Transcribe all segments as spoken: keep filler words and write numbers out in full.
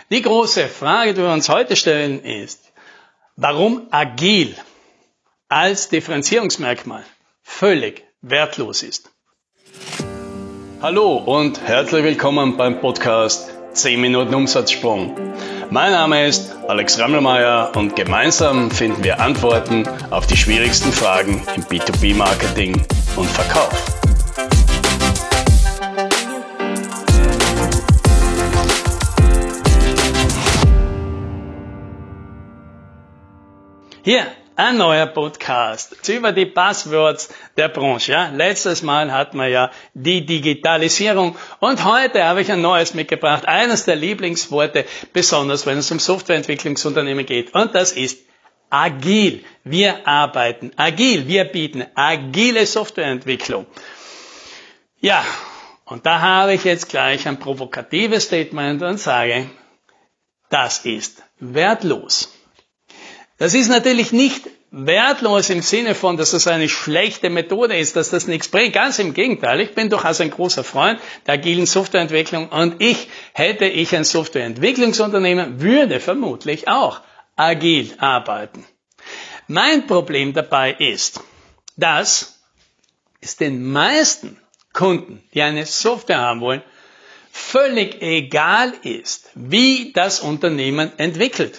Die große Frage, die wir uns heute stellen, ist, warum agil als Differenzierungsmerkmal völlig wertlos ist. Hallo und herzlich willkommen beim Podcast zehn Minuten Umsatzsprung. Mein Name ist Alex Rammelmeier und gemeinsam finden wir Antworten auf die schwierigsten Fragen im B zwei B Marketing und Verkauf. Hier, ein neuer Podcast über die Buzzwords der Branche. Ja, letztes Mal hatten wir ja die Digitalisierung und heute habe ich ein neues mitgebracht. Eines der Lieblingsworte, besonders wenn es um Softwareentwicklungsunternehmen geht. Und das ist agil. Wir arbeiten agil. Wir bieten agile Softwareentwicklung. Ja, und da habe ich jetzt gleich ein provokatives Statement und sage, das ist wertlos. Das ist natürlich nicht wertlos im Sinne von, dass das eine schlechte Methode ist, dass das nichts bringt. Ganz im Gegenteil. Ich bin durchaus ein großer Freund der agilen Softwareentwicklung und ich, hätte ich ein Softwareentwicklungsunternehmen, würde vermutlich auch agil arbeiten. Mein Problem dabei ist, dass es den meisten Kunden, die eine Software haben wollen, völlig egal ist, wie das Unternehmen entwickelt.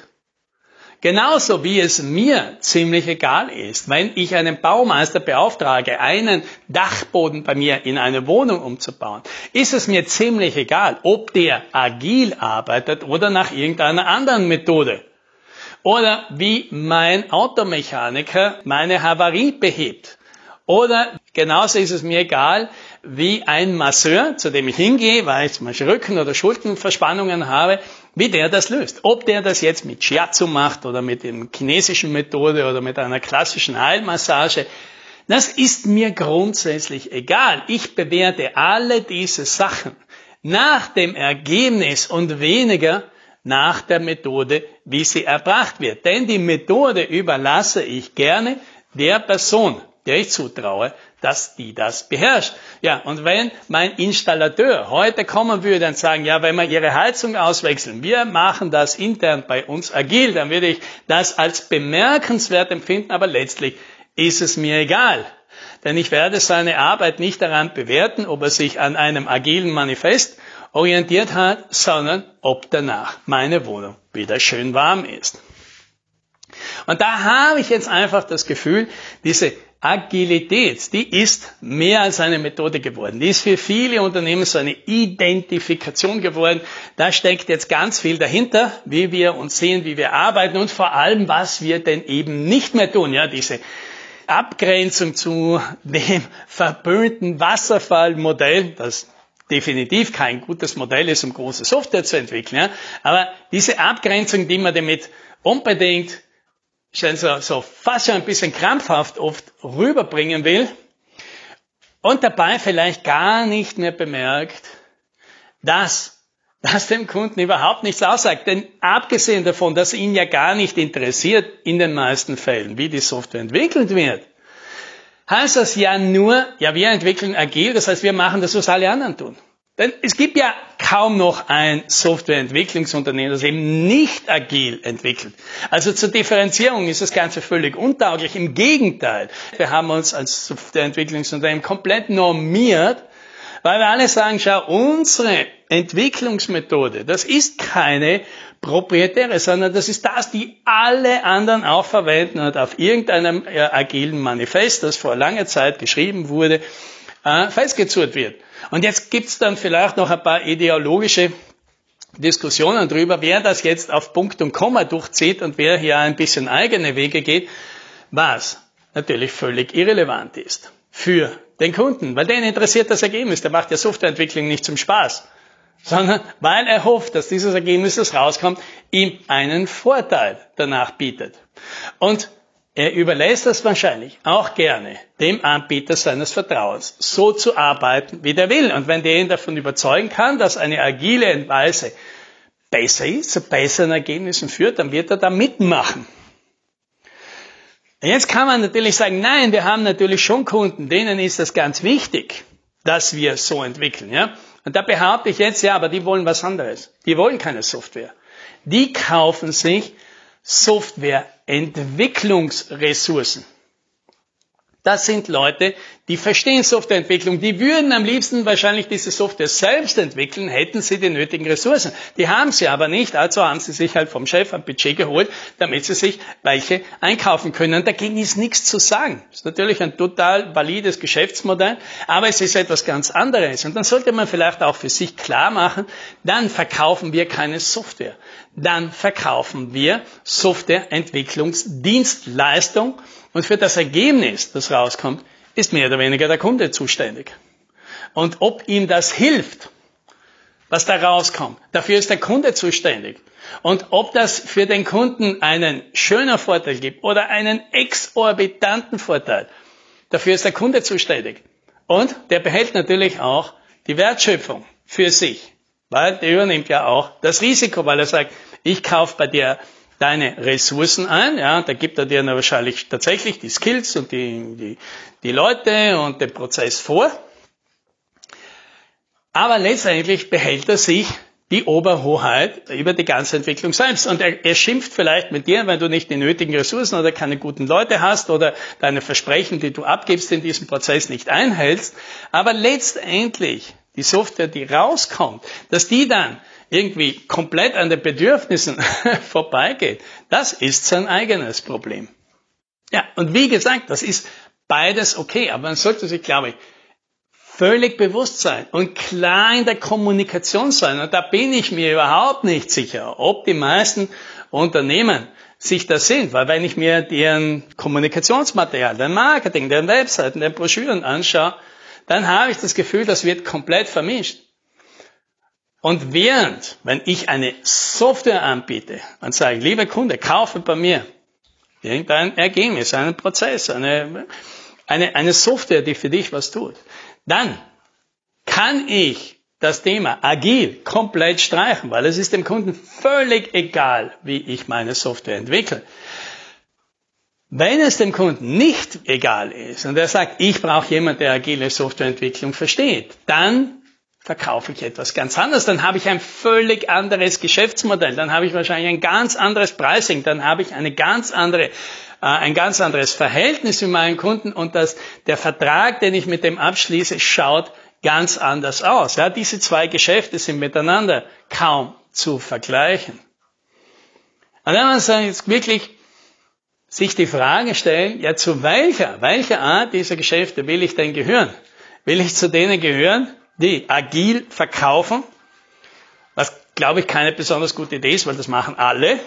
Genauso wie es mir ziemlich egal ist, wenn ich einen Baumeister beauftrage, einen Dachboden bei mir in eine Wohnung umzubauen, ist es mir ziemlich egal, ob der agil arbeitet oder nach irgendeiner anderen Methode. Oder wie mein Automechaniker meine Havarie behebt. Oder genauso ist es mir egal, wie ein Masseur, zu dem ich hingehe, weil ich zum Beispiel Rücken- oder Schulterverspannungen habe, wie der das löst. Ob der das jetzt mit Shiatsu macht oder mit der chinesischen Methode oder mit einer klassischen Heilmassage, das ist mir grundsätzlich egal. Ich bewerte alle diese Sachen nach dem Ergebnis und weniger nach der Methode, wie sie erbracht wird. Denn die Methode überlasse ich gerne der Person, der ich zutraue, dass die das beherrscht. Ja, und wenn mein Installateur heute kommen würde und sagen, ja, wenn wir Ihre Heizung auswechseln, wir machen das intern bei uns agil, dann würde ich das als bemerkenswert empfinden, aber letztlich ist es mir egal. Denn ich werde seine Arbeit nicht daran bewerten, ob er sich an einem agilen Manifest orientiert hat, sondern ob danach meine Wohnung wieder schön warm ist. Und da habe ich jetzt einfach das Gefühl, diese Agilität, die ist mehr als eine Methode geworden. Die ist für viele Unternehmen so eine Identifikation geworden. Da steckt jetzt ganz viel dahinter, wie wir uns sehen, wie wir arbeiten und vor allem, was wir denn eben nicht mehr tun. Ja, diese Abgrenzung zu dem verpönten Wasserfallmodell, das definitiv kein gutes Modell ist, um große Software zu entwickeln. Ja, aber diese Abgrenzung, die man damit unbedingt so, so fast schon ein bisschen krampfhaft oft rüberbringen will und dabei vielleicht gar nicht mehr bemerkt, dass das dem Kunden überhaupt nichts aussagt. Denn abgesehen davon, dass ihn ja gar nicht interessiert in den meisten Fällen, wie die Software entwickelt wird, heißt das ja nur, ja, wir entwickeln agil, das heißt, wir machen das, was alle anderen tun. Denn es gibt ja kaum noch ein Softwareentwicklungsunternehmen, das eben nicht agil entwickelt. Also zur Differenzierung ist das Ganze völlig untauglich. Im Gegenteil, wir haben uns als Softwareentwicklungsunternehmen komplett normiert, weil wir alle sagen, schau, unsere Entwicklungsmethode, das ist keine proprietäre, sondern das ist das, die alle anderen auch verwenden und auf irgendeinem äh, agilen Manifest, das vor langer Zeit geschrieben wurde, äh, festgezurrt wird. Und jetzt gibt's dann vielleicht noch ein paar ideologische Diskussionen darüber, wer das jetzt auf Punkt und Komma durchzieht und wer hier ein bisschen eigene Wege geht, was natürlich völlig irrelevant ist für den Kunden, weil den interessiert das Ergebnis, der macht ja Softwareentwicklung nicht zum Spaß, sondern weil er hofft, dass dieses Ergebnis, das rauskommt, ihm einen Vorteil danach bietet. Und er überlässt das wahrscheinlich auch gerne dem Anbieter seines Vertrauens, so zu arbeiten, wie der will. Und wenn der ihn davon überzeugen kann, dass eine agile Weise besser ist, zu besseren Ergebnissen führt, dann wird er da mitmachen. Jetzt kann man natürlich sagen, nein, wir haben natürlich schon Kunden, denen ist das ganz wichtig, dass wir so entwickeln. Ja? Und da behaupte ich jetzt, ja, aber die wollen was anderes. Die wollen keine Software. Die kaufen sich Softwareentwicklungsressourcen. Das sind Leute, die verstehen Softwareentwicklung. Die würden am liebsten wahrscheinlich diese Software selbst entwickeln, hätten sie die nötigen Ressourcen. Die haben sie aber nicht, also haben sie sich halt vom Chef ein Budget geholt, damit sie sich welche einkaufen können. Dagegen ist nichts zu sagen. Das ist natürlich ein total valides Geschäftsmodell, aber es ist etwas ganz anderes. Und dann sollte man vielleicht auch für sich klar machen, dann verkaufen wir keine Software. Dann verkaufen wir Softwareentwicklungsdienstleistung. Und für das Ergebnis, das rauskommt, ist mehr oder weniger der Kunde zuständig. Und ob ihm das hilft, was da rauskommt, dafür ist der Kunde zuständig. Und ob das für den Kunden einen schönen Vorteil gibt oder einen exorbitanten Vorteil, dafür ist der Kunde zuständig. Und der behält natürlich auch die Wertschöpfung für sich, weil der übernimmt ja auch das Risiko, weil er sagt, ich kaufe bei dir deine Ressourcen ein, ja, da gibt er dir wahrscheinlich tatsächlich die Skills und die, die, die Leute und den Prozess vor. Aber letztendlich behält er sich die Oberhoheit über die ganze Entwicklung selbst. Und er, er schimpft vielleicht mit dir, weil du nicht die nötigen Ressourcen oder keine guten Leute hast oder deine Versprechen, die du abgibst, in diesem Prozess nicht einhältst. Aber letztendlich die Software, die rauskommt, dass die dann irgendwie komplett an den Bedürfnissen vorbeigeht, das ist sein eigenes Problem. Ja, und wie gesagt, das ist beides okay, aber man sollte sich, glaube ich, völlig bewusst sein und klar in der Kommunikation sein. Und da bin ich mir überhaupt nicht sicher, ob die meisten Unternehmen sich das sind, weil wenn ich mir deren Kommunikationsmaterial, deren Marketing, deren Webseiten, deren Broschüren anschaue, dann habe ich das Gefühl, das wird komplett vermischt. Und während, wenn ich eine Software anbiete und sage, liebe Kunde, kaufe bei mir irgendein Ergebnis, einen Prozess, eine, eine, eine Software, die für dich was tut, dann kann ich das Thema agil komplett streichen, weil es ist dem Kunden völlig egal, wie ich meine Software entwickle. Wenn es dem Kunden nicht egal ist und er sagt, ich brauche jemanden, der agile Softwareentwicklung versteht, dann verkaufe ich etwas ganz anderes, dann habe ich ein völlig anderes Geschäftsmodell, dann habe ich wahrscheinlich ein ganz anderes Pricing, dann habe ich eine ganz andere, äh, ein ganz anderes Verhältnis mit meinen Kunden und das, der Vertrag, den ich mit dem abschließe, schaut ganz anders aus. Ja, diese zwei Geschäfte sind miteinander kaum zu vergleichen. Und wenn man jetzt wirklich sich die Frage stellen, ja, zu welcher, welcher Art dieser Geschäfte will ich denn gehören? Will ich zu denen gehören, die agil verkaufen, was, glaube ich, keine besonders gute Idee ist, weil das machen alle.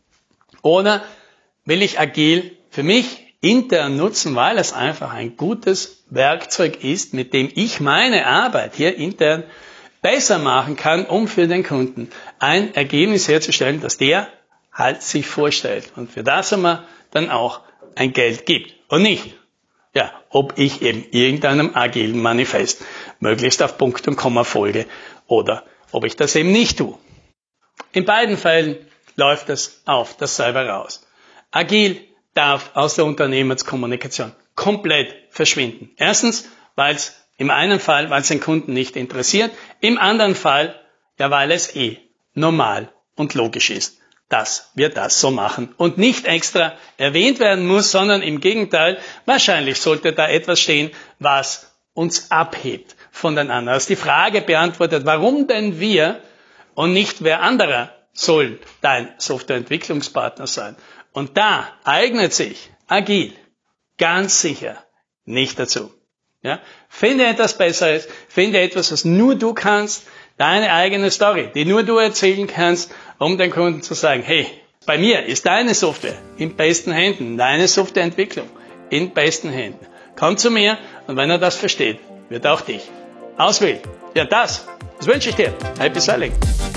Oder will ich agil für mich intern nutzen, weil es einfach ein gutes Werkzeug ist, mit dem ich meine Arbeit hier intern besser machen kann, um für den Kunden ein Ergebnis herzustellen, das der halt sich vorstellt. Und für das er dann auch ein Geld gibt. Und nicht, ja, ob ich eben irgendeinem agilen Manifest möglichst auf Punkt und Komma folge oder ob ich das eben nicht tue. In beiden Fällen läuft es auf dasselbe raus. Agil darf aus der Unternehmenskommunikation komplett verschwinden. Erstens, weil es im einen Fall, weil es den Kunden nicht interessiert, im anderen Fall, ja, weil es eh normal und logisch ist, dass wir das so machen und nicht extra erwähnt werden muss, sondern im Gegenteil, wahrscheinlich sollte da etwas stehen, was uns abhebt von den anderen. Also die Frage beantwortet, warum denn wir und nicht wer anderer soll dein Softwareentwicklungspartner sein? Und da eignet sich agil ganz sicher nicht dazu. Ja? Finde etwas Besseres, finde etwas, was nur du kannst, deine eigene Story, die nur du erzählen kannst, um den Kunden zu sagen, hey, bei mir ist deine Software in besten Händen, deine Softwareentwicklung in besten Händen. Komm zu mir und wenn er das versteht, wird er auch dich auswählen. Ja, das, das wünsche ich dir. Happy Selling.